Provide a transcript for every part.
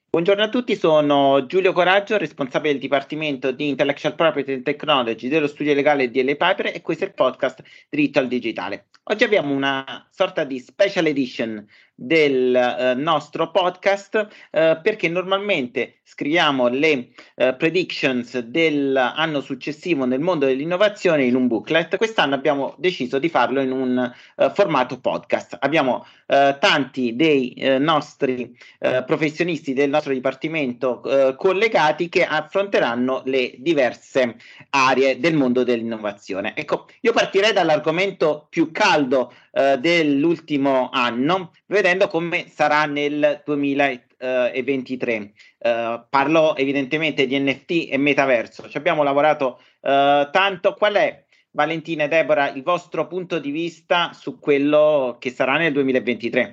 Buongiorno a tutti, sono Giulio Coraggio, responsabile del Dipartimento di Intellectual Property and Technology dello studio legale di DLA Piper e questo è il podcast Diritto al Digitale. Oggi abbiamo una sorta di special edition del nostro podcast perché normalmente scriviamo le predictions dell'anno successivo nel mondo dell'innovazione in un booklet. Quest'anno abbiamo deciso di farlo in un formato podcast. Abbiamo tanti dei nostri professionisti del nostro dipartimento collegati che affronteranno le diverse aree del mondo dell'innovazione. Ecco, io partirei dall'argomento più caldo dell'ultimo anno, vedendo come sarà nel 2023. Parlo evidentemente di NFT e metaverso. Ci abbiamo lavorato tanto. Qual è, Valentina e Deborah, il vostro punto di vista su quello che sarà nel 2023?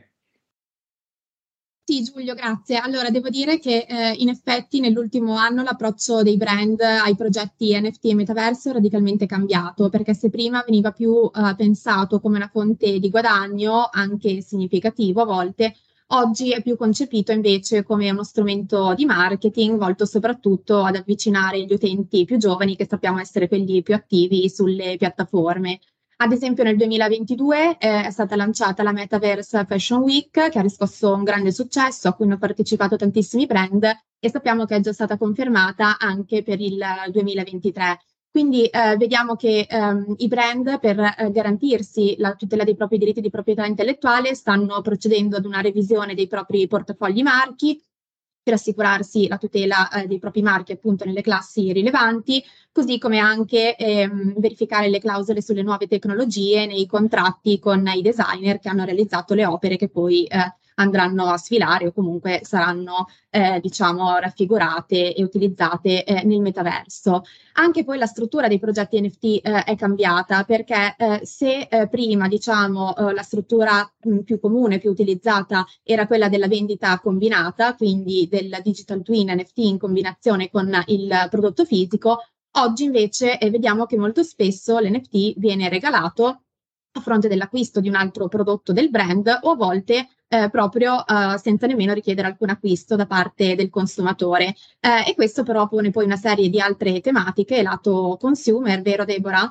Sì, Giulio, grazie. Allora, devo dire che in effetti nell'ultimo anno l'approccio dei brand ai progetti NFT e metaverso è radicalmente cambiato, perché se prima veniva più pensato come una fonte di guadagno, anche significativo a volte, oggi è più concepito invece come uno strumento di marketing volto soprattutto ad avvicinare gli utenti più giovani, che sappiamo essere quelli più attivi sulle piattaforme. Ad esempio nel 2022 è stata lanciata la Metaverse Fashion Week che ha riscosso un grande successo, a cui hanno partecipato tantissimi brand e sappiamo che è già stata confermata anche per il 2023. Quindi vediamo che i brand per garantirsi la tutela dei propri diritti di proprietà intellettuale stanno procedendo ad una revisione dei propri portafogli marchi per assicurarsi la tutela dei propri marchi appunto nelle classi rilevanti, così come anche verificare le clausole sulle nuove tecnologie nei contratti con i designer che hanno realizzato le opere che poi andranno a sfilare o comunque saranno diciamo raffigurate e utilizzate nel metaverso. Anche poi la struttura dei progetti NFT è cambiata perché se prima diciamo la struttura più comune, più utilizzata era quella della vendita combinata, quindi del digital twin NFT in combinazione con il prodotto fisico, oggi invece vediamo che molto spesso l'NFT viene regalato a fronte dell'acquisto di un altro prodotto del brand o a volte proprio senza nemmeno richiedere alcun acquisto da parte del consumatore. E questo però pone poi una serie di altre tematiche lato consumer, vero Deborah?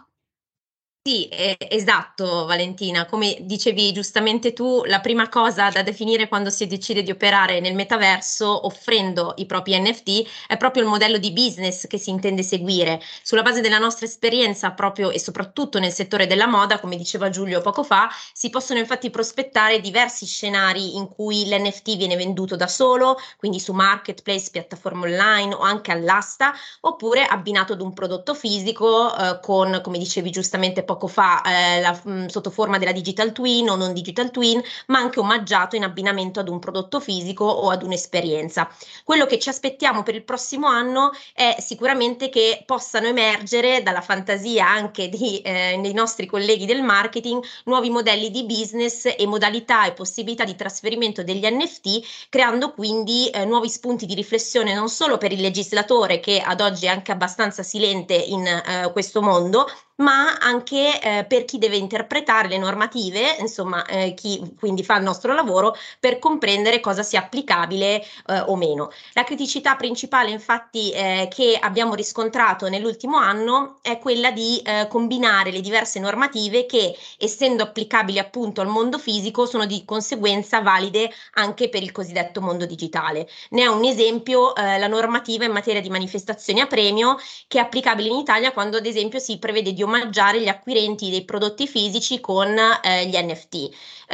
Sì, esatto Valentina, come dicevi giustamente tu, la prima cosa da definire quando si decide di operare nel metaverso offrendo i propri NFT è proprio il modello di business che si intende seguire. Sulla base della nostra esperienza proprio e soprattutto nel settore della moda, come diceva Giulio poco fa, si possono infatti prospettare diversi scenari in cui l'NFT viene venduto da solo, quindi su marketplace, piattaforme online o anche all'asta, oppure abbinato ad un prodotto fisico con, come dicevi giustamente poco fa, sotto forma della digital twin o non digital twin, ma anche omaggiato in abbinamento ad un prodotto fisico o ad un'esperienza. Quello che ci aspettiamo per il prossimo anno è sicuramente che possano emergere dalla fantasia anche dei nostri colleghi del marketing nuovi modelli di business e modalità e possibilità di trasferimento degli NFT, creando quindi nuovi spunti di riflessione non solo per il legislatore che ad oggi è anche abbastanza silente in questo mondo, ma anche per chi deve interpretare le normative, insomma chi quindi fa il nostro lavoro per comprendere cosa sia applicabile o meno. La criticità principale infatti che abbiamo riscontrato nell'ultimo anno è quella di combinare le diverse normative che, essendo applicabili appunto al mondo fisico, sono di conseguenza valide anche per il cosiddetto mondo digitale. Ne è un esempio la normativa in materia di manifestazioni a premio, che è applicabile in Italia quando ad esempio si prevede di omaggiare gli acquirenti dei prodotti fisici con gli NFT.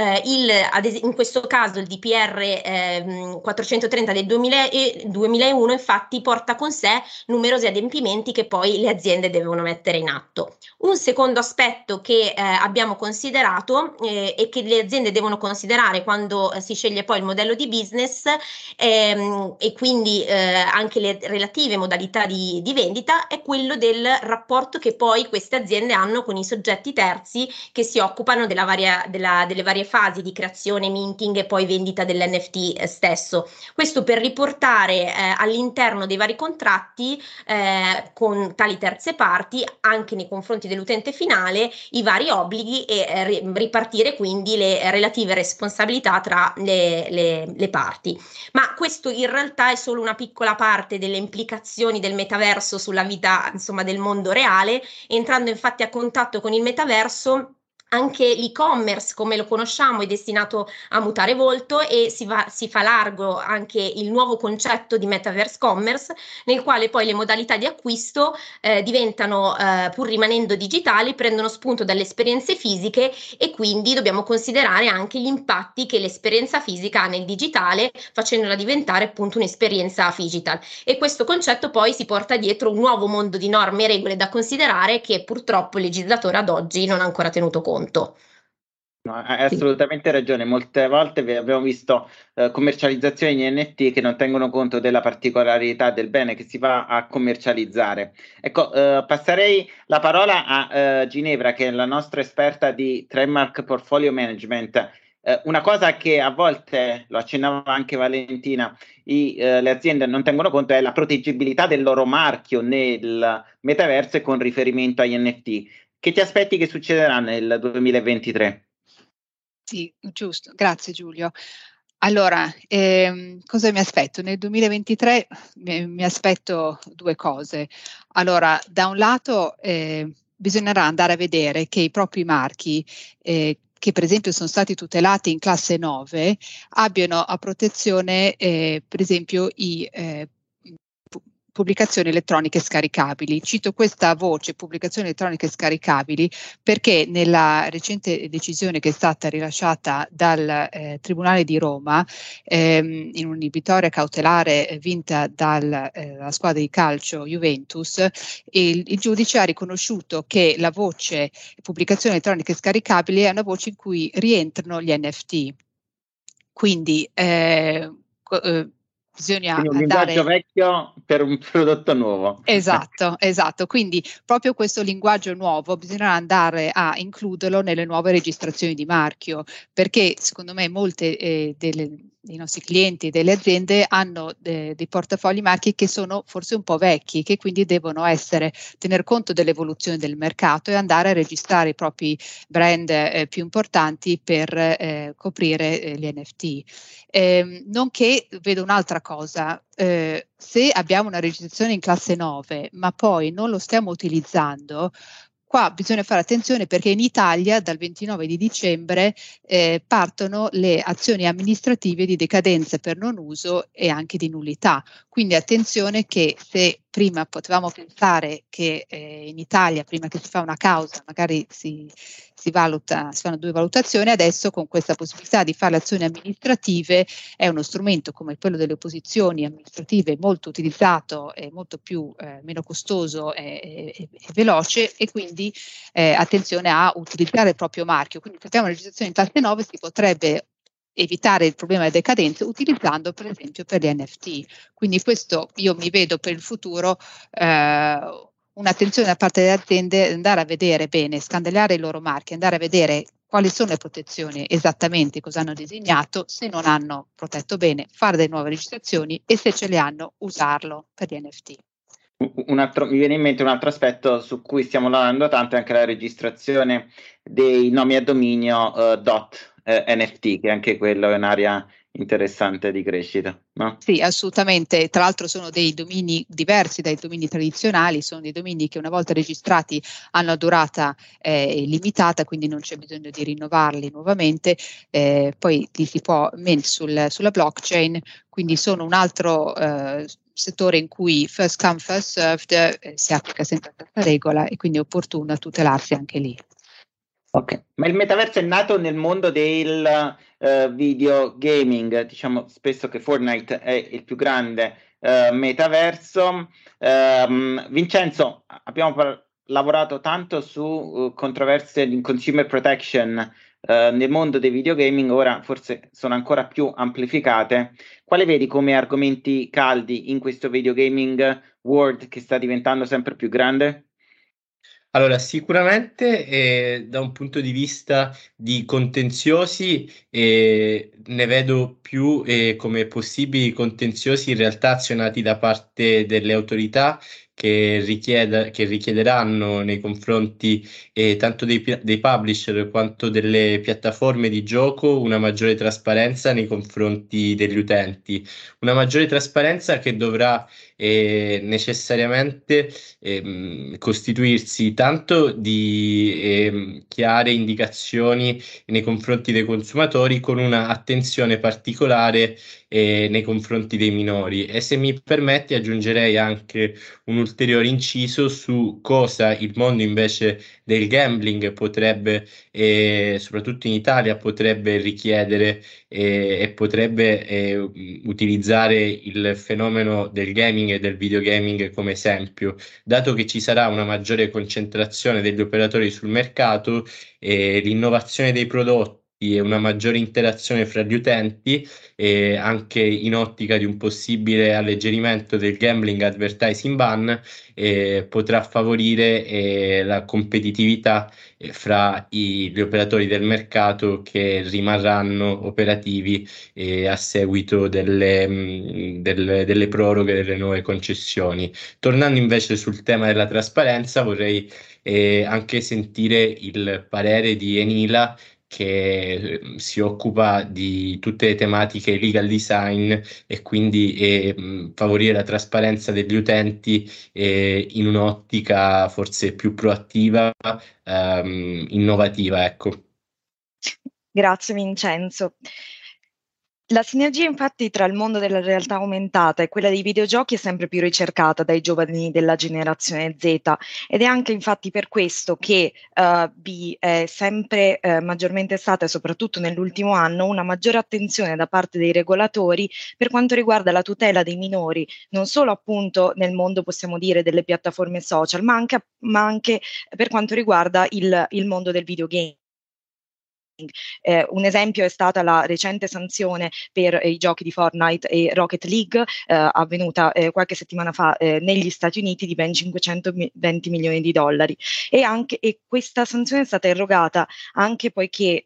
In questo caso il DPR 430 del 2001 infatti porta con sé numerosi adempimenti che poi le aziende devono mettere in atto. Un secondo aspetto che abbiamo considerato e che le aziende devono considerare quando si sceglie poi il modello di business e quindi anche le relative modalità di vendita è quello del rapporto che poi queste aziende hanno con i soggetti terzi che si occupano delle varie fasi di creazione, minting e poi vendita dell'NFT stesso. Questo per riportare all'interno dei vari contratti con tali terze parti, anche nei confronti dell'utente finale, i vari obblighi e ripartire quindi le relative responsabilità tra le parti. Ma questo in realtà è solo una piccola parte delle implicazioni del metaverso sulla vita, insomma, del mondo reale. Entrando infatti a contatto con il metaverso, anche l'e-commerce come lo conosciamo è destinato a mutare volto e si fa largo anche il nuovo concetto di metaverse commerce, nel quale poi le modalità di acquisto diventano, pur rimanendo digitali, prendono spunto dalle esperienze fisiche, e quindi dobbiamo considerare anche gli impatti che l'esperienza fisica ha nel digitale, facendola diventare appunto un'esperienza digital. E questo concetto poi si porta dietro un nuovo mondo di norme e regole da considerare, che purtroppo il legislatore ad oggi non ha ancora tenuto conto. No, hai assolutamente ragione. Molte volte abbiamo visto commercializzazioni di NFT che non tengono conto della particolarità del bene che si va a commercializzare. Ecco, passerei la parola a Ginevra, che è la nostra esperta di trademark portfolio management. Una cosa che a volte, lo accennava anche Valentina, le aziende non tengono conto è la proteggibilità del loro marchio nel metaverso e con riferimento agli NFT. Che ti aspetti che succederà nel 2023? Sì, giusto, grazie Giulio. Allora, cosa mi aspetto? Nel 2023 mi aspetto due cose. Allora, da un lato bisognerà andare a vedere che i propri marchi, che per esempio sono stati tutelati in classe 9, abbiano a protezione per esempio i pubblicazioni elettroniche scaricabili. Cito questa voce, pubblicazioni elettroniche scaricabili, perché nella recente decisione che è stata rilasciata dal Tribunale di Roma, in un'inibitoria cautelare vinta dalla squadra di calcio Juventus, il giudice ha riconosciuto che la voce pubblicazioni elettroniche scaricabili è una voce in cui rientrano gli NFT. Quindi bisogna Quindi un linguaggio vecchio per un prodotto nuovo. Esatto. Quindi proprio questo linguaggio nuovo bisognerà andare a includerlo nelle nuove registrazioni di marchio, perché secondo me molte dei nostri clienti e delle aziende hanno dei portafogli marchi che sono forse un po' vecchi, che quindi devono tener conto dell'evoluzione del mercato e andare a registrare i propri brand più importanti per coprire gli NFT. Nonché vedo un'altra cosa, se abbiamo una registrazione in classe 9 ma poi non lo stiamo utilizzando, qua bisogna fare attenzione, perché in Italia dal 29 di dicembre partono le azioni amministrative di decadenza per non uso e anche di nullità. Quindi attenzione che se prima potevamo pensare che in Italia, prima che si fa una causa, magari si fanno due valutazioni, adesso con questa possibilità di fare le azioni amministrative è uno strumento come quello delle opposizioni amministrative molto utilizzato e molto più meno costoso e veloce, e quindi attenzione a utilizzare il proprio marchio. Quindi se abbiamo una legislazione in classe 9 si potrebbe evitare il problema delle decadenze utilizzando per esempio per gli NFT. Quindi questo io mi vedo per il futuro un'attenzione da parte delle aziende, andare a vedere bene, scandagliare i loro marchi, andare a vedere quali sono le protezioni esattamente, cosa hanno disegnato, se non hanno protetto bene, fare delle nuove registrazioni e se ce le hanno usarlo per gli NFT. Mi viene in mente un altro aspetto su cui stiamo lavorando tanto, è anche la registrazione dei nomi a dominio .nft, che anche quello è un'area interessante di crescita, no? Sì, assolutamente. Tra l'altro sono dei domini diversi dai domini tradizionali, sono dei domini che una volta registrati hanno una durata limitata, quindi non c'è bisogno di rinnovarli nuovamente. Poi li si può sulla blockchain, quindi sono un altro settore in cui first come, first served si applica sempre questa regola, e quindi è opportuno tutelarsi anche lì. Ok, ma il metaverso è nato nel mondo del videogaming, diciamo spesso che Fortnite è il più grande metaverso. Vincenzo, abbiamo lavorato tanto su controversie di consumer protection nel mondo dei videogaming, ora forse sono ancora più amplificate. Quale vedi come argomenti caldi in questo videogaming world che sta diventando sempre più grande? Allora, sicuramente da un punto di vista di contenziosi ne vedo più come possibili contenziosi in realtà azionati da parte delle autorità che richiederanno nei confronti tanto dei publisher quanto delle piattaforme di gioco una maggiore trasparenza nei confronti degli utenti, una maggiore trasparenza che dovrà necessariamente costituirsi tanto di chiare indicazioni nei confronti dei consumatori con una attenzione particolare nei confronti dei minori. E se mi permetti aggiungerei anche un ulteriore inciso su cosa il mondo invece del gambling potrebbe, soprattutto in Italia, potrebbe richiedere e potrebbe utilizzare il fenomeno del gaming e del videogaming come esempio, dato che ci sarà una maggiore concentrazione degli operatori sul mercato e l'innovazione dei prodotti e una maggiore interazione fra gli utenti, anche in ottica di un possibile alleggerimento del gambling advertising ban, potrà favorire la competitività fra gli operatori del mercato che rimarranno operativi a seguito delle proroghe delle nuove concessioni. Tornando invece sul tema della trasparenza, vorrei anche sentire il parere di Enila, che si occupa di tutte le tematiche legal design e quindi favorire la trasparenza degli utenti in un'ottica forse più proattiva, innovativa, ecco. Grazie Vincenzo. La sinergia infatti tra il mondo della realtà aumentata e quella dei videogiochi è sempre più ricercata dai giovani della generazione Z ed è anche infatti per questo che vi è sempre maggiormente stata, soprattutto nell'ultimo anno, una maggiore attenzione da parte dei regolatori per quanto riguarda la tutela dei minori, non solo appunto nel mondo, possiamo dire, delle piattaforme social, ma anche per quanto riguarda il mondo del videogame. Un esempio è stata la recente sanzione per i giochi di Fortnite e Rocket League, avvenuta qualche settimana fa negli Stati Uniti, di ben 520 milioni di dollari. E questa sanzione è stata erogata anche poiché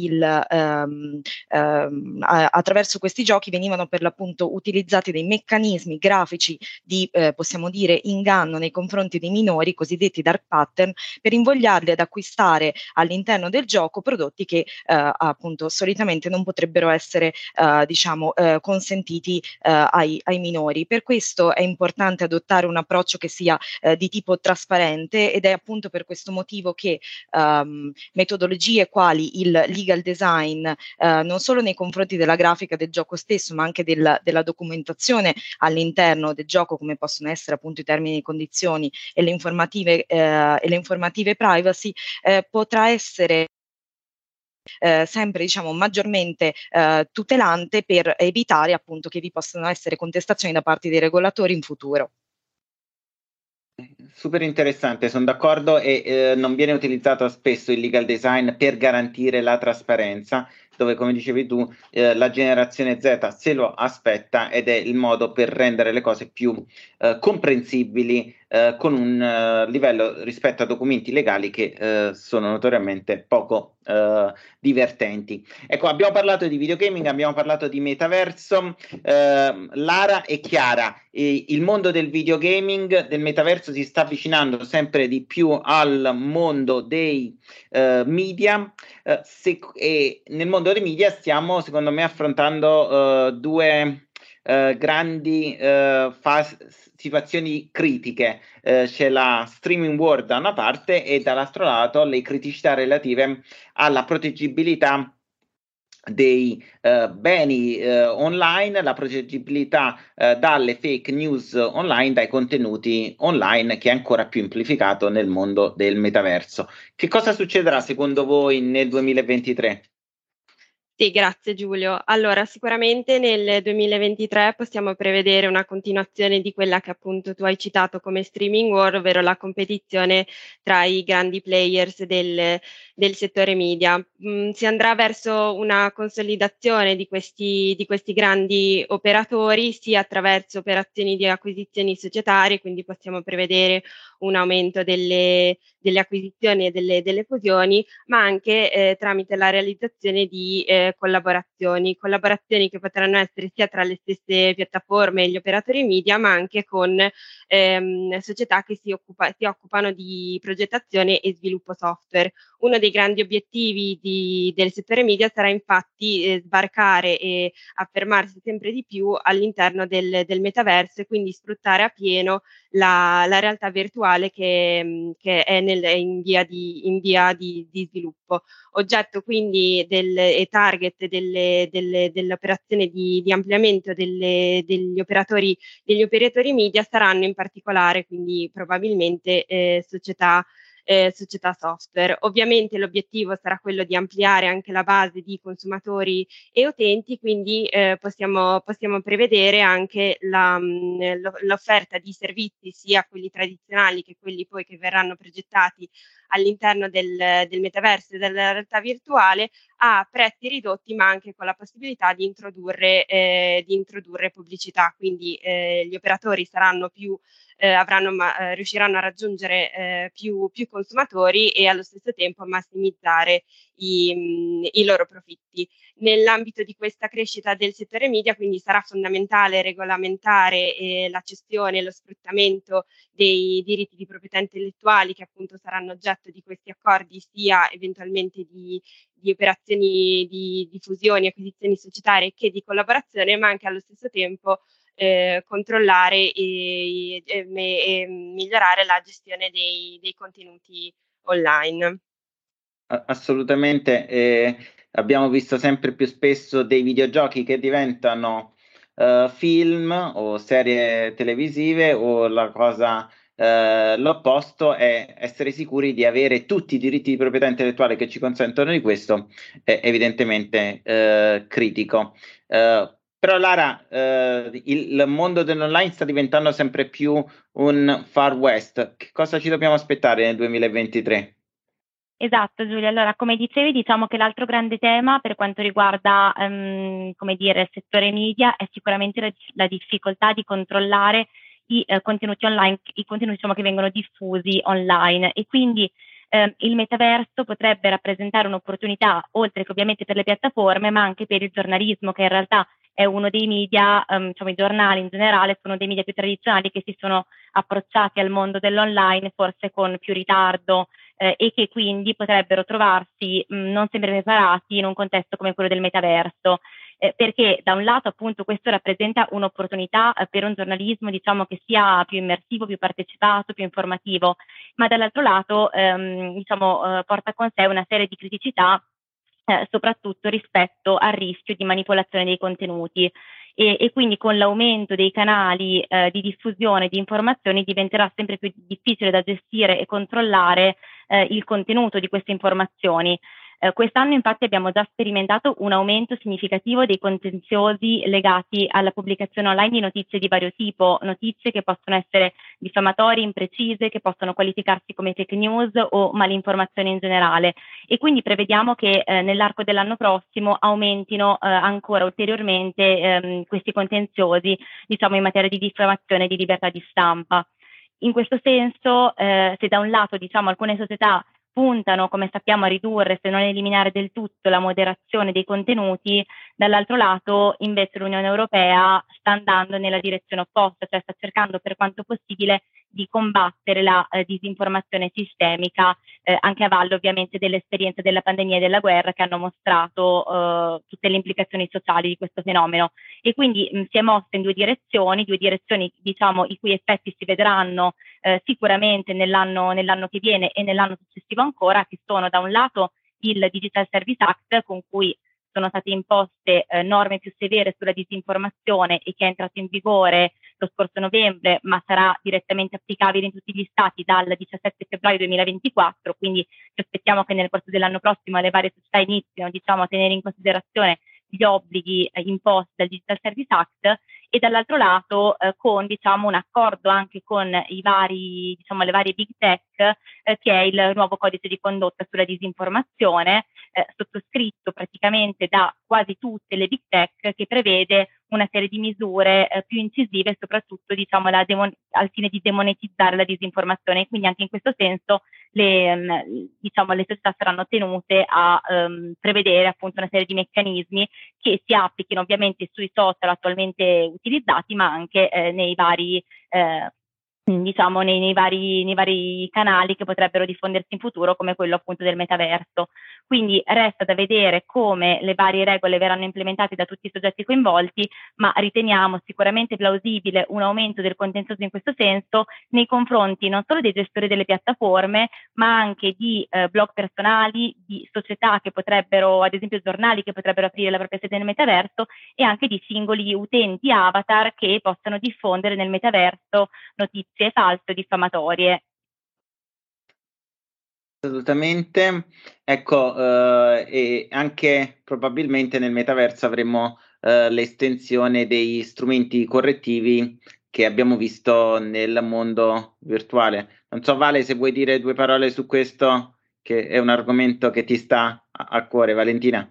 attraverso questi giochi venivano per l'appunto utilizzati dei meccanismi grafici di, possiamo dire, inganno nei confronti dei minori, cosiddetti dark pattern, per invogliarli ad acquistare all'interno del gioco prodotti che appunto solitamente non potrebbero essere consentiti ai minori. Per questo è importante adottare un approccio che sia di tipo trasparente, ed è appunto per questo motivo che metodologie quali il legal design, non solo nei confronti della grafica del gioco stesso, ma anche della documentazione all'interno del gioco, come possono essere appunto i termini e condizioni e le informative privacy, potrà essere sempre maggiormente tutelante, per evitare appunto che vi possano essere contestazioni da parte dei regolatori in futuro. Super interessante, sono d'accordo, e non viene utilizzato spesso il legal design per garantire la trasparenza, dove, come dicevi tu, la generazione Z se lo aspetta, ed è il modo per rendere le cose più comprensibili, con un livello rispetto a documenti legali che sono notoriamente poco divertenti. Ecco, abbiamo parlato di videogaming, abbiamo parlato di metaverso. Lara e Chiara, il mondo del videogaming, del metaverso, si sta avvicinando sempre di più al mondo dei media, e nel mondo dei media stiamo, secondo me, affrontando due grandi situazioni critiche. C'è la streaming war da una parte e dall'altro lato le criticità relative alla proteggibilità dei beni online, la proteggibilità dalle fake news online, dai contenuti online, che è ancora più amplificato nel mondo del metaverso. Che cosa succederà secondo voi nel 2023? Sì, grazie Giulio. Allora, sicuramente nel 2023 possiamo prevedere una continuazione di quella che appunto tu hai citato come streaming war, ovvero la competizione tra i grandi players del settore media. Si andrà verso una consolidazione di questi grandi operatori, sia attraverso operazioni di acquisizioni societarie, quindi possiamo prevedere un aumento delle acquisizioni e delle fusioni, ma anche tramite la realizzazione di collaborazioni che potranno essere sia tra le stesse piattaforme e gli operatori media, ma anche con società che si occupano di progettazione e sviluppo software. Uno dei grandi obiettivi del settore media sarà infatti sbarcare e affermarsi sempre di più all'interno del metaverso, e quindi sfruttare a pieno la realtà virtuale che è in via di sviluppo. Oggetto quindi e target delle operazioni di ampliamento degli operatori media saranno in particolare quindi probabilmente società software. Ovviamente l'obiettivo sarà quello di ampliare anche la base di consumatori e utenti, quindi possiamo prevedere anche l'offerta di servizi, sia quelli tradizionali che quelli poi che verranno progettati all'interno del metaverso e della realtà virtuale, a prezzi ridotti, ma anche con la possibilità di introdurre pubblicità. Quindi gli operatori saranno riusciranno a raggiungere più consumatori e allo stesso tempo a massimizzare i loro profitti. Nell'ambito di questa crescita del settore media, quindi sarà fondamentale regolamentare la cessione e lo sfruttamento dei diritti di proprietà intellettuali, che appunto saranno oggetto di questi accordi, sia eventualmente di operazioni di fusioni e acquisizioni societarie che di collaborazione, ma anche allo stesso tempo controllare e migliorare la gestione dei contenuti online. Assolutamente, abbiamo visto sempre più spesso dei videogiochi che diventano film o serie televisive, o l'opposto è essere sicuri di avere tutti i diritti di proprietà intellettuale che ci consentono di questo, è evidentemente critico. Però Lara, il mondo dell'online sta diventando sempre più un Far West. Che cosa ci dobbiamo aspettare nel 2023? Esatto, Giulia. Allora, come dicevi, diciamo che l'altro grande tema per quanto riguarda, come dire, il settore media è sicuramente la difficoltà di controllare i contenuti online, i contenuti diciamo, che vengono diffusi online, e quindi il metaverso potrebbe rappresentare un'opportunità, oltre che ovviamente per le piattaforme, ma anche per il giornalismo, che in realtà è uno dei media, diciamo i giornali in generale, sono dei media più tradizionali che si sono approcciati al mondo dell'online forse con più ritardo, e che quindi potrebbero trovarsi non sempre preparati in un contesto come quello del metaverso, perché da un lato appunto questo rappresenta un'opportunità per un giornalismo diciamo che sia più immersivo, più partecipato, più informativo, ma dall'altro lato porta con sé una serie di criticità, soprattutto rispetto al rischio di manipolazione dei contenuti. E quindi con l'aumento dei canali di diffusione di informazioni diventerà sempre più difficile da gestire e controllare il contenuto di queste informazioni. Quest'anno infatti abbiamo già sperimentato un aumento significativo dei contenziosi legati alla pubblicazione online di notizie di vario tipo, notizie che possono essere diffamatorie, imprecise, che possono qualificarsi come fake news o malinformazione in generale, e quindi prevediamo che nell'arco dell'anno prossimo aumentino ancora ulteriormente questi contenziosi, diciamo in materia di diffamazione e di libertà di stampa. In questo senso, se da un lato diciamo alcune società puntano, come sappiamo, a ridurre, se non eliminare del tutto, la moderazione dei contenuti, dall'altro lato invece l'Unione Europea sta andando nella direzione opposta, cioè sta cercando per quanto possibile di combattere la disinformazione sistemica, anche a valle ovviamente dell'esperienza della pandemia e della guerra, che hanno mostrato tutte le implicazioni sociali di questo fenomeno. E quindi si è mossa in due direzioni diciamo i cui effetti si vedranno sicuramente nell'anno che viene e nell'anno successivo ancora, che sono da un lato il Digital Service Act, con cui sono state imposte norme più severe sulla disinformazione e che è entrato in vigore lo scorso novembre, ma sarà direttamente applicabile in tutti gli stati dal 17 febbraio 2024, quindi ci aspettiamo che nel corso dell'anno prossimo le varie società inizino, diciamo, a tenere in considerazione gli obblighi imposti dal Digital Service Act, e dall'altro lato con, diciamo, un accordo anche con i vari, diciamo, le varie big tech, che è il nuovo codice di condotta sulla disinformazione, sottoscritto praticamente da quasi tutte le big tech, che prevede una serie di misure più incisive e soprattutto, diciamo, al fine di demonetizzare la disinformazione. Quindi anche in questo senso diciamo, le società saranno tenute a prevedere appunto una serie di meccanismi che si applichino ovviamente sui social attualmente utilizzati, ma anche nei vari diciamo nei vari canali che potrebbero diffondersi in futuro, come quello appunto del metaverso. Quindi resta da vedere come le varie regole verranno implementate da tutti i soggetti coinvolti, ma riteniamo sicuramente plausibile un aumento del contenzioso in questo senso nei confronti non solo dei gestori delle piattaforme, ma anche di blog personali, di società che potrebbero, ad esempio giornali che potrebbero aprire la propria sede nel metaverso, e anche di singoli utenti avatar che possano diffondere nel metaverso notizie false o diffamatorie. Assolutamente, ecco, e anche probabilmente nel metaverso avremo l'estensione degli strumenti correttivi che abbiamo visto nel mondo virtuale. Non so, Vale, se vuoi dire due parole su questo, che è un argomento che ti sta a cuore, Valentina.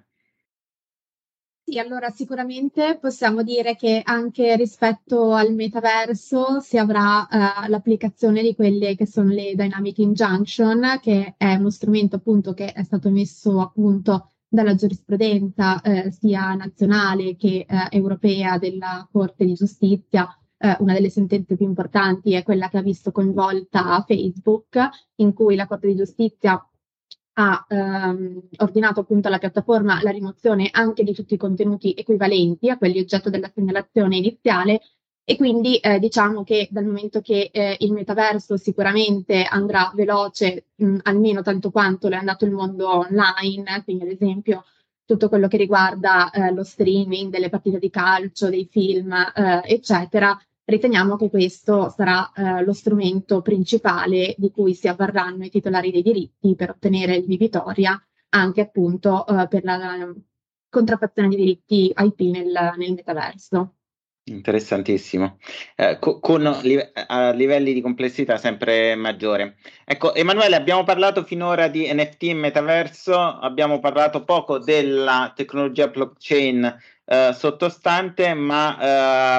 Sì, allora sicuramente possiamo dire che anche rispetto al metaverso si avrà l'applicazione di quelle che sono le Dynamic Injunction, che è uno strumento appunto che è stato messo a punto dalla giurisprudenza sia nazionale che europea della Corte di Giustizia. Una delle sentenze più importanti è quella che ha visto coinvolta Facebook, in cui la Corte di Giustizia ha ordinato appunto alla piattaforma la rimozione anche di tutti i contenuti equivalenti a quelli oggetto della segnalazione iniziale, e quindi diciamo che dal momento che il metaverso sicuramente andrà veloce, almeno tanto quanto lo è andato il mondo online, quindi ad esempio tutto quello che riguarda lo streaming delle partite di calcio, dei film, eccetera, riteniamo che questo sarà lo strumento principale di cui si avvarranno i titolari dei diritti per ottenere il vittoria, anche appunto per la contraffazione di diritti IP nel metaverso. Interessantissimo, con livelli di complessità sempre maggiore. Ecco, Emanuele, abbiamo parlato finora di NFT e metaverso, abbiamo parlato poco della tecnologia blockchain sottostante, ma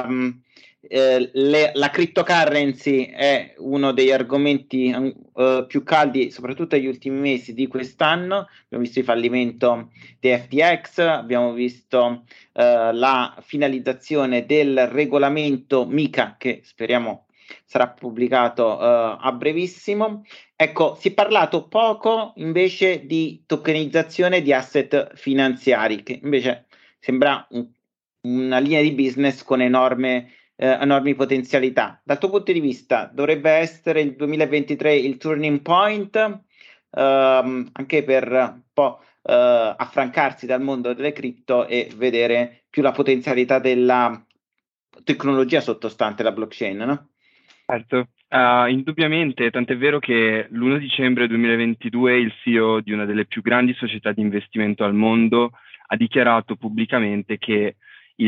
la cryptocurrency è uno degli argomenti più caldi, soprattutto negli ultimi mesi di quest'anno. Abbiamo visto il fallimento di FTX, abbiamo visto la finalizzazione del regolamento MiCA, che speriamo sarà pubblicato a brevissimo. Ecco, si è parlato poco invece di tokenizzazione di asset finanziari, che invece sembra una linea di business con enormi potenzialità. Dal tuo punto di vista, dovrebbe essere il 2023 il turning point, anche per un po' affrancarsi dal mondo delle cripto e vedere più la potenzialità della tecnologia sottostante la blockchain, no? Certo, indubbiamente, tant'è vero che l'1 dicembre 2022 il CEO di una delle più grandi società di investimento al mondo ha dichiarato pubblicamente che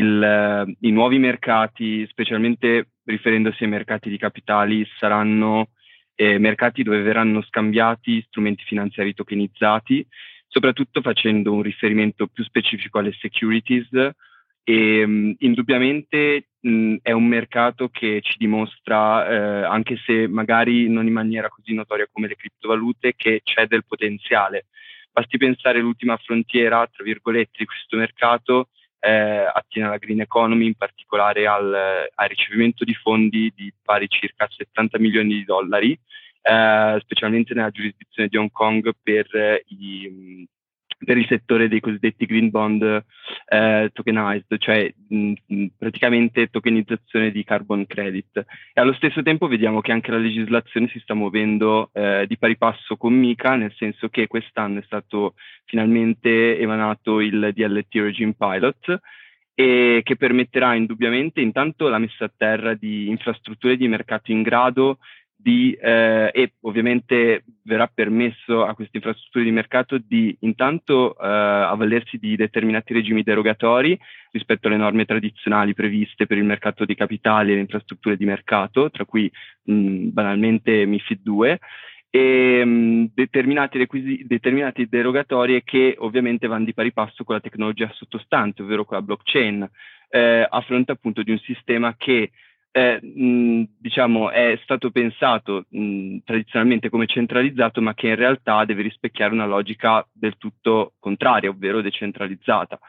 i nuovi mercati, specialmente riferendosi ai mercati di capitali, saranno mercati dove verranno scambiati strumenti finanziari tokenizzati, soprattutto facendo un riferimento più specifico alle securities. E indubbiamente è un mercato che ci dimostra, anche se magari non in maniera così notoria come le criptovalute, che c'è del potenziale. Basti pensare all'ultima frontiera, tra virgolette, di questo mercato, attiene alla green economy, in particolare al ricevimento di fondi di pari circa 70 milioni di dollari, specialmente nella giurisdizione di Hong Kong per per il settore dei cosiddetti green bond tokenized, cioè praticamente tokenizzazione di carbon credit. E allo stesso tempo vediamo che anche la legislazione si sta muovendo di pari passo con MiCA, nel senso che quest'anno è stato finalmente emanato il DLT Regime Pilot, e che permetterà indubbiamente intanto la messa a terra di infrastrutture di mercato in grado di, e ovviamente verrà permesso a queste infrastrutture di mercato di intanto avvalersi di determinati regimi derogatori rispetto alle norme tradizionali previste per il mercato dei capitali e le infrastrutture di mercato, tra cui banalmente MiFID 2, e determinati derogatorie che ovviamente vanno di pari passo con la tecnologia sottostante, ovvero con la blockchain, a fronte appunto di un sistema che diciamo è stato pensato tradizionalmente come centralizzato, ma che in realtà deve rispecchiare una logica del tutto contraria, ovvero decentralizzata.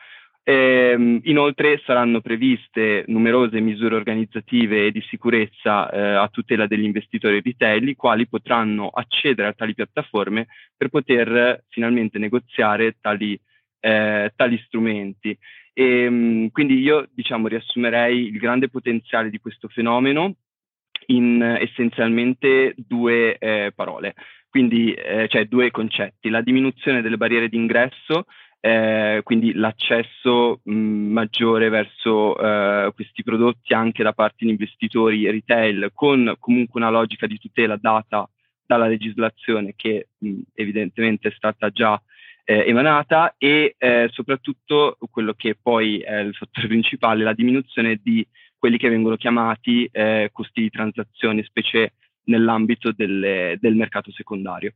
Inoltre saranno previste numerose misure organizzative e di sicurezza a tutela degli investitori retail, i quali potranno accedere a tali piattaforme per poter finalmente negoziare tali strumenti. Quindi io riassumerei il grande potenziale di questo fenomeno in essenzialmente due parole, quindi cioè due concetti: la diminuzione delle barriere d'ingresso, quindi l'accesso maggiore verso questi prodotti anche da parte di investitori retail, con comunque una logica di tutela data dalla legislazione che evidentemente è stata già emanata, e soprattutto quello che poi è il fattore principale, la diminuzione di quelli che vengono chiamati costi di transazione, specie nell'ambito del mercato secondario.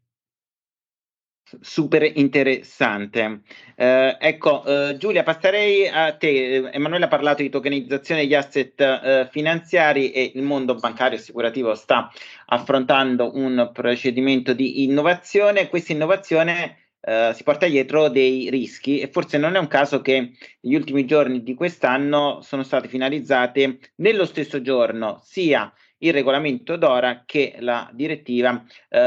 Super interessante. Giulia, passerei a te. Emanuele ha parlato di tokenizzazione degli asset finanziari, e il mondo bancario assicurativo sta affrontando un procedimento di innovazione. Questa innovazione si porta dietro dei rischi, e forse non è un caso che gli ultimi giorni di quest'anno sono state finalizzate nello stesso giorno sia il regolamento DORA che la direttiva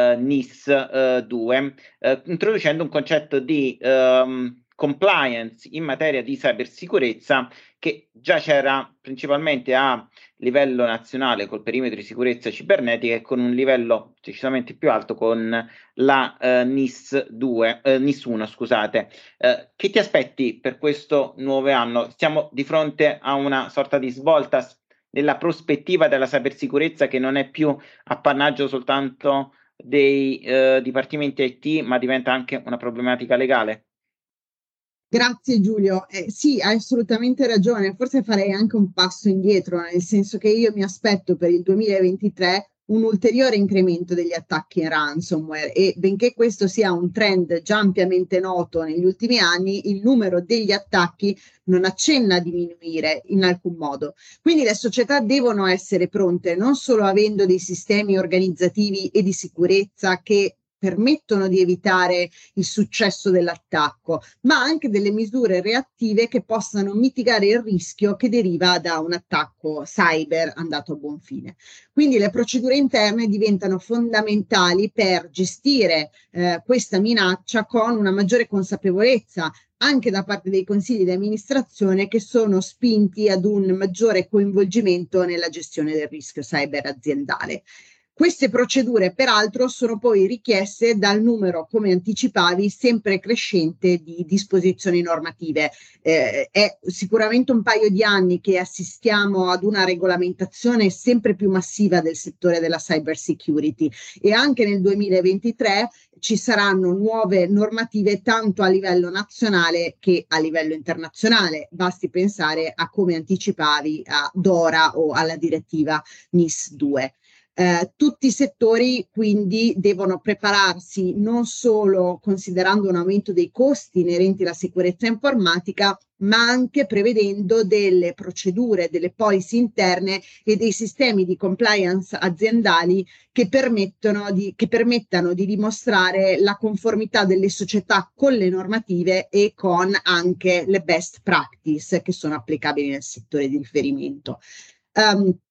NIS 2, introducendo un concetto di compliance in materia di cybersicurezza che già c'era principalmente a livello nazionale col perimetro di sicurezza cibernetica, e con un livello decisamente più alto con la NIS 1, scusate. Che ti aspetti per questo nuovo anno? Stiamo di fronte a una sorta di svolta nella prospettiva della cybersicurezza, che non è più appannaggio soltanto dei dipartimenti IT, ma diventa anche una problematica legale? Grazie Giulio, sì, hai assolutamente ragione, forse farei anche un passo indietro, nel senso che io mi aspetto per il 2023 un ulteriore incremento degli attacchi ransomware, e benché questo sia un trend già ampiamente noto negli ultimi anni, il numero degli attacchi non accenna a diminuire in alcun modo. Quindi le società devono essere pronte, non solo avendo dei sistemi organizzativi e di sicurezza che permettono di evitare il successo dell'attacco, ma anche delle misure reattive che possano mitigare il rischio che deriva da un attacco cyber andato a buon fine. Quindi le procedure interne diventano fondamentali per gestire questa minaccia con una maggiore consapevolezza anche da parte dei consigli di amministrazione, che sono spinti ad un maggiore coinvolgimento nella gestione del rischio cyber aziendale. Queste procedure, peraltro, sono poi richieste dal numero, come anticipavi, sempre crescente di disposizioni normative. È sicuramente un paio di anni che assistiamo ad una regolamentazione sempre più massiva del settore della cyber security, e anche nel 2023 ci saranno nuove normative tanto a livello nazionale che a livello internazionale. Basti pensare a, come anticipavi, a DORA o alla direttiva NIS 2. Tutti i settori quindi devono prepararsi non solo considerando un aumento dei costi inerenti alla sicurezza informatica, ma anche prevedendo delle procedure, delle policy interne e dei sistemi di compliance aziendali che permettano di dimostrare la conformità delle società con le normative e con anche le best practice che sono applicabili nel settore di riferimento.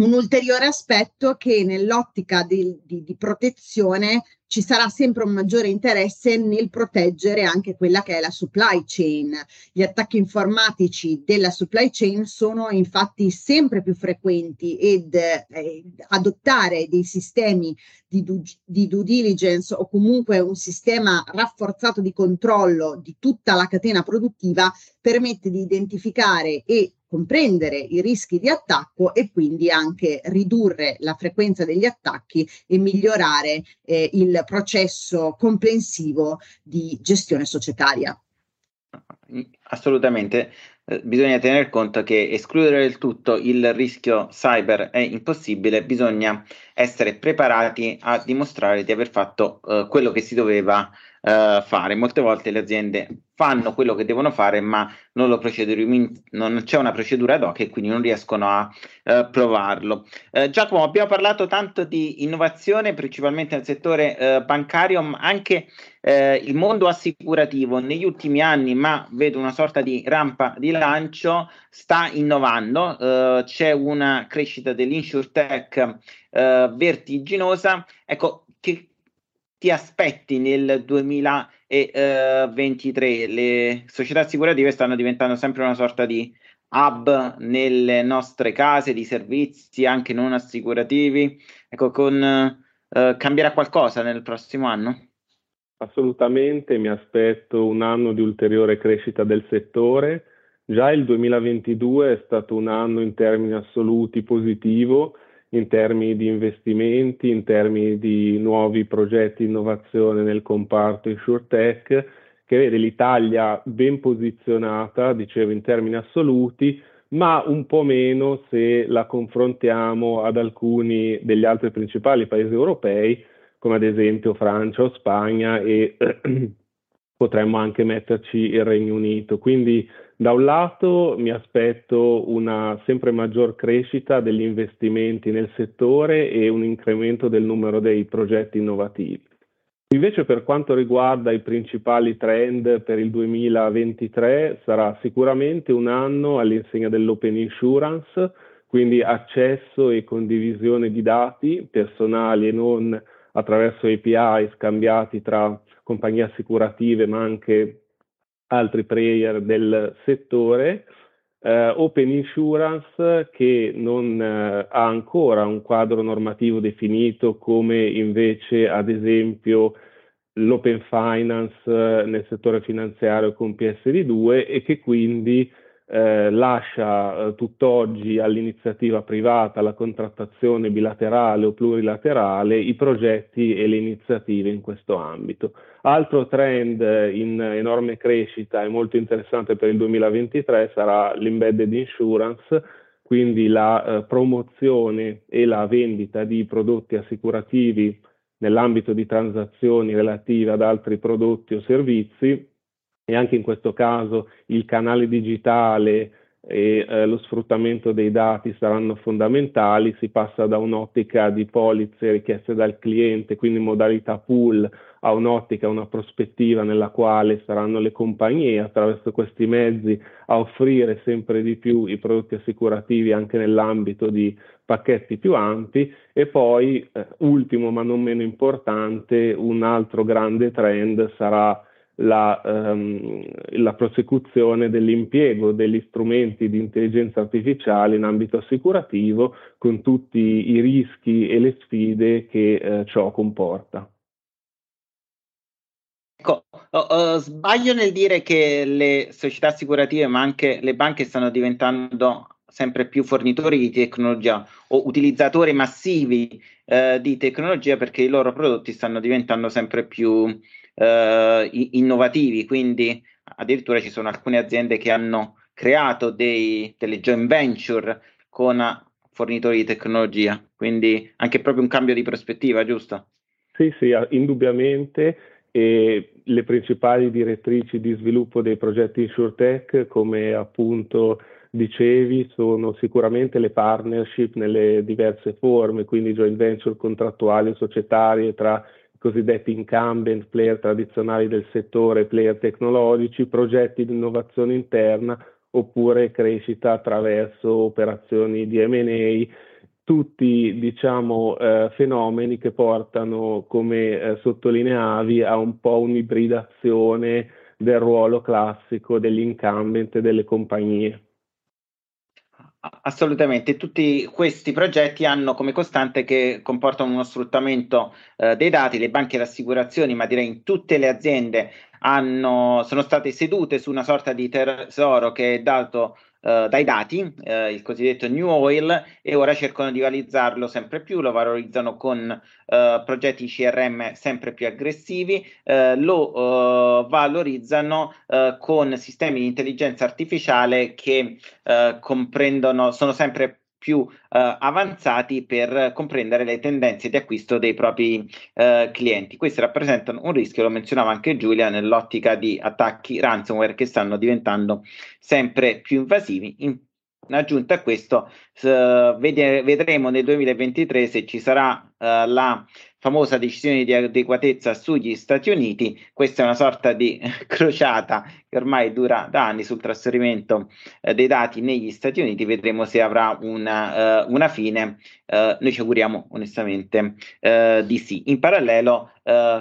un ulteriore aspetto che nell'ottica di protezione ci sarà sempre un maggiore interesse nel proteggere anche quella che è la supply chain. Gli attacchi informatici della supply chain sono infatti sempre più frequenti ed adottare dei sistemi di due diligence o comunque un sistema rafforzato di controllo di tutta la catena produttiva permette di identificare e comprendere i rischi di attacco e quindi anche ridurre la frequenza degli attacchi e migliorare il processo comprensivo di gestione societaria. Assolutamente, bisogna tener conto che escludere del tutto il rischio cyber è impossibile, bisogna essere preparati a dimostrare di aver fatto quello che si doveva fare. Molte volte le aziende fanno quello che devono fare, ma non c'è una procedura ad hoc e quindi non riescono a provarlo. Giacomo, abbiamo parlato tanto di innovazione, principalmente nel settore bancario, ma anche il mondo assicurativo negli ultimi anni, ma vedo una sorta di rampa di lancio, sta innovando, c'è una crescita dell'insurtech vertiginosa. Ecco, che ti aspetti nel 2023? Le società assicurative stanno diventando sempre una sorta di hub nelle nostre case di servizi anche non assicurativi. Ecco, cambierà qualcosa nel prossimo anno? Assolutamente, mi aspetto un anno di ulteriore crescita del settore. Già il 2022 è stato un anno in termini assoluti positivo, in termini di investimenti, in termini di nuovi progetti di innovazione nel comparto InsurTech, che vede l'Italia ben posizionata, dicevo, in termini assoluti, ma un po' meno se la confrontiamo ad alcuni degli altri principali paesi europei, come ad esempio Francia o Spagna, e potremmo anche metterci il Regno Unito. Quindi da un lato mi aspetto una sempre maggior crescita degli investimenti nel settore e un incremento del numero dei progetti innovativi. Invece per quanto riguarda i principali trend per il 2023 sarà sicuramente un anno all'insegna dell'open insurance, quindi accesso e condivisione di dati personali e non attraverso API scambiati tra compagnie assicurative ma anche altri player del settore. Open Insurance che non ha ancora un quadro normativo definito come invece ad esempio l'Open Finance nel settore finanziario con PSD2 e che quindi lascia tutt'oggi all'iniziativa privata, alla contrattazione bilaterale o plurilaterale, i progetti e le iniziative in questo ambito. Altro trend in enorme crescita e molto interessante per il 2023 sarà l'embedded insurance, quindi la promozione e la vendita di prodotti assicurativi nell'ambito di transazioni relative ad altri prodotti o servizi, e anche in questo caso il canale digitale e lo sfruttamento dei dati saranno fondamentali. Si passa da un'ottica di polizze richieste dal cliente, quindi modalità pool, a un'ottica, una prospettiva nella quale saranno le compagnie attraverso questi mezzi a offrire sempre di più i prodotti assicurativi anche nell'ambito di pacchetti più ampi. E poi, ultimo ma non meno importante, un altro grande trend sarà la prosecuzione dell'impiego degli strumenti di intelligenza artificiale in ambito assicurativo, con tutti i rischi e le sfide che ciò comporta. Ecco, sbaglio nel dire che le società assicurative, ma anche le banche, stanno diventando sempre più fornitori di tecnologia o utilizzatori massivi di tecnologia, perché i loro prodotti stanno diventando sempre più innovativi, quindi addirittura ci sono alcune aziende che hanno creato delle joint venture con fornitori di tecnologia, quindi anche proprio un cambio di prospettiva, giusto? Sì, indubbiamente. E le principali direttrici di sviluppo dei progetti InsurTech, come appunto dicevi, sono sicuramente le partnership nelle diverse forme, quindi joint venture contrattuali o societarie tra i cosiddetti incumbent, player tradizionali del settore, player tecnologici, progetti di innovazione interna oppure crescita attraverso operazioni di M&A tutti, diciamo, fenomeni che portano, come sottolineavi, a un po' un'ibridazione del ruolo classico degli incumbent e delle compagnie. Assolutamente, tutti questi progetti hanno come costante che comportano uno sfruttamento dei dati. Le banche e assicurazioni, ma direi in tutte le aziende, sono state sedute su una sorta di tesoro che è dato dai dati, il cosiddetto New Oil, e ora cercano di valorizzarlo sempre più, lo valorizzano con progetti CRM sempre più aggressivi, lo valorizzano con sistemi di intelligenza artificiale che sono sempre più avanzati per comprendere le tendenze di acquisto dei propri clienti. Questi rappresentano un rischio, lo menzionava anche Giulia, nell'ottica di attacchi ransomware che stanno diventando sempre più invasivi. In aggiunta a questo, vedremo nel 2023 se ci sarà la famosa decisione di adeguatezza sugli Stati Uniti. Questa è una sorta di crociata che ormai dura da anni sul trasferimento dei dati negli Stati Uniti. Vedremo se avrà una fine. Noi ci auguriamo onestamente di sì. In parallelo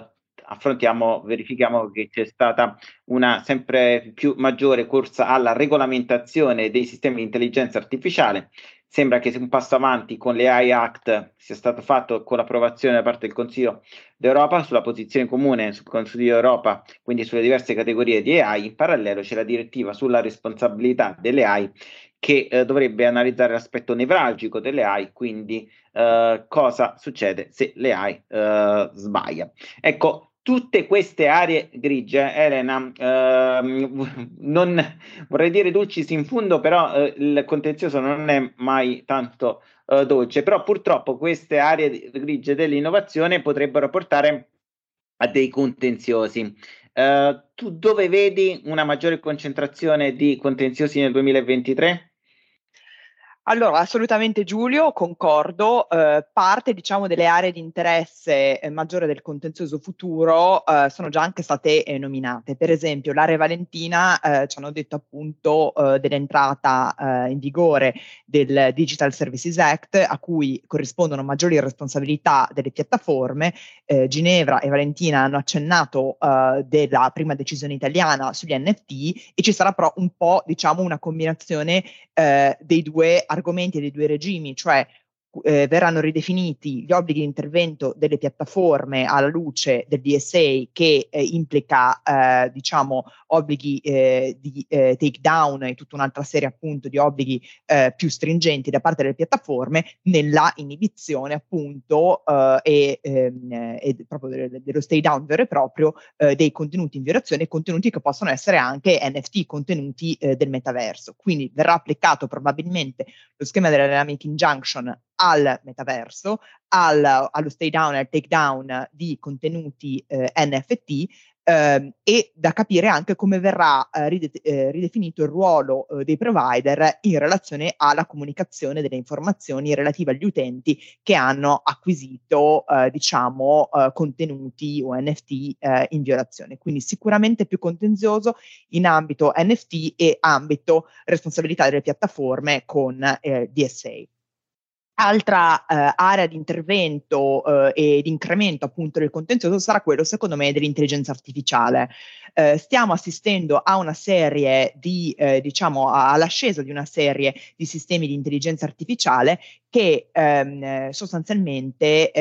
verifichiamo che c'è stata una sempre più maggiore corsa alla regolamentazione dei sistemi di intelligenza artificiale. Sembra che un passo avanti con l'AI Act sia stato fatto con l'approvazione da parte del Consiglio d'Europa sulla posizione comune sul Consiglio d'Europa, quindi sulle diverse categorie di AI. In parallelo c'è la direttiva sulla responsabilità delle AI che dovrebbe analizzare l'aspetto nevralgico delle AI, quindi cosa succede se le AI sbaglia. Ecco, tutte queste aree grigie, Elena, non vorrei dire dulcis in fundo, però il contenzioso non è mai tanto dolce, però purtroppo queste aree grigie dell'innovazione potrebbero portare a dei contenziosi. Tu dove vedi una maggiore concentrazione di contenziosi nel 2023? Allora, assolutamente Giulio, concordo. Parte, diciamo, delle aree di interesse maggiore del contenzioso futuro sono già anche state nominate. Per esempio, l'area valentina ci hanno detto appunto dell'entrata in vigore del Digital Services Act, a cui corrispondono maggiori responsabilità delle piattaforme. Ginevra e Valentina hanno accennato della prima decisione italiana sugli NFT, e ci sarà però un po', diciamo, una combinazione dei due argomenti e dei due regimi, cioè verranno ridefiniti gli obblighi di intervento delle piattaforme alla luce del DSA, che implica diciamo obblighi di takedown e tutta un'altra serie appunto di obblighi più stringenti da parte delle piattaforme nella inibizione appunto e proprio dello stay down vero e proprio dei contenuti in violazione, contenuti che possono essere anche NFT, contenuti del metaverso. Quindi verrà applicato probabilmente lo schema della dynamic injunction al metaverso, allo stay down e al take down di contenuti NFT, e da capire anche come verrà ridefinito il ruolo dei provider in relazione alla comunicazione delle informazioni relative agli utenti che hanno acquisito diciamo contenuti o NFT in violazione. Quindi sicuramente più contenzioso in ambito NFT e ambito responsabilità delle piattaforme con DSA. Altra area di intervento e di incremento appunto del contenzioso sarà quello, secondo me, dell'intelligenza artificiale. Stiamo assistendo a una serie di, diciamo, all'ascesa di una serie di sistemi di intelligenza artificiale che sostanzialmente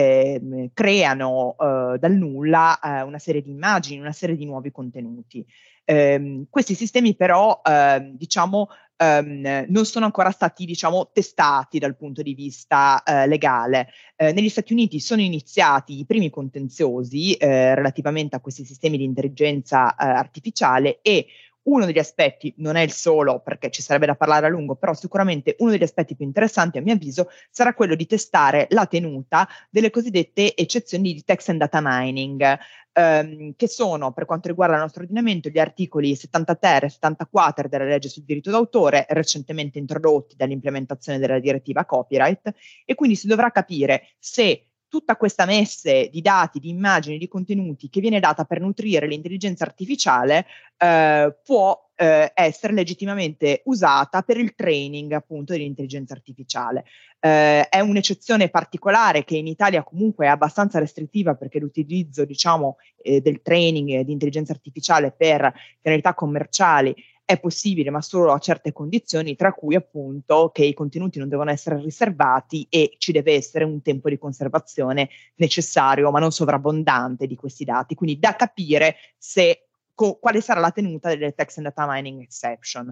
creano dal nulla una serie di immagini, una serie di nuovi contenuti. Questi sistemi però, diciamo, non sono ancora stati, diciamo, testati dal punto di vista legale. Negli Stati Uniti sono iniziati i primi contenziosi relativamente a questi sistemi di intelligenza artificiale, e uno degli aspetti, non è il solo perché ci sarebbe da parlare a lungo, però sicuramente uno degli aspetti più interessanti a mio avviso sarà quello di testare la tenuta delle cosiddette eccezioni di text and data mining, che sono, per quanto riguarda il nostro ordinamento, gli articoli 70 ter e 70 quater della legge sul diritto d'autore, recentemente introdotti dall'implementazione della direttiva copyright, e quindi si dovrà capire se tutta questa messe di dati, di immagini, di contenuti che viene data per nutrire l'intelligenza artificiale può essere legittimamente usata per il training appunto dell'intelligenza artificiale. È un'eccezione particolare che in Italia comunque è abbastanza restrittiva, perché l'utilizzo, diciamo, del training di intelligenza artificiale per finalità commerciali è possibile, ma solo a certe condizioni, tra cui appunto che i contenuti non devono essere riservati e ci deve essere un tempo di conservazione necessario, ma non sovrabbondante, di questi dati. Quindi da capire se quale sarà la tenuta delle text and data mining exception.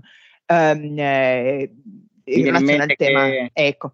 In relazione al tema, ecco.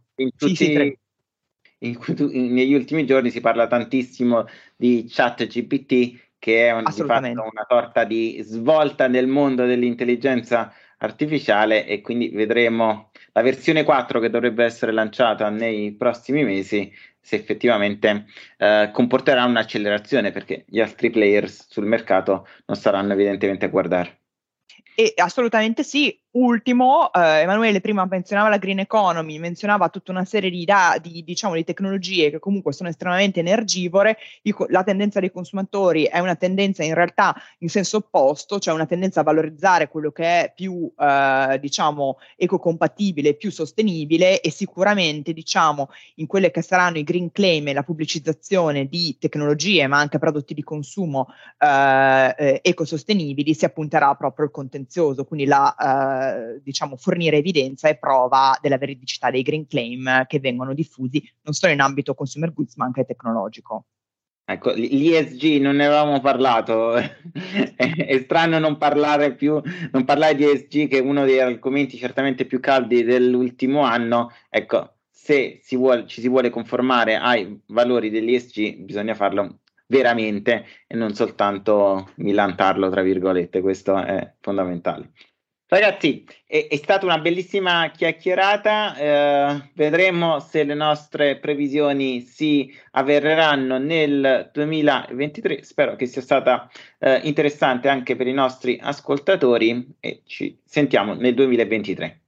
Negli ultimi giorni si parla tantissimo di ChatGPT, che è di fatto una sorta di svolta nel mondo dell'intelligenza artificiale, e quindi vedremo la versione 4 che dovrebbe essere lanciata nei prossimi mesi, se effettivamente comporterà un'accelerazione, perché gli altri players sul mercato non staranno evidentemente a guardare. Assolutamente sì. Ultimo, Emanuele prima menzionava la green economy, menzionava tutta una serie di tecnologie che comunque sono estremamente energivore. La tendenza dei consumatori è una tendenza in realtà in senso opposto, cioè una tendenza a valorizzare quello che è più ecocompatibile, più sostenibile, e sicuramente in quelle che saranno i green claim e la pubblicizzazione di tecnologie ma anche prodotti di consumo ecosostenibili si appunterà proprio il contenzioso, quindi fornire evidenza e prova della veridicità dei green claim che vengono diffusi non solo in ambito consumer goods ma anche tecnologico. Ecco, l'ESG non ne avevamo parlato, è strano non parlare di ESG, che è uno degli argomenti certamente più caldi dell'ultimo anno. Ecco, se ci si vuole conformare ai valori dell'ESG bisogna farlo veramente e non soltanto millantarlo, tra virgolette. Questo è fondamentale. Ragazzi, è stata una bellissima chiacchierata, vedremo se le nostre previsioni si avverranno nel 2023, spero che sia stata interessante anche per i nostri ascoltatori, e ci sentiamo nel 2023.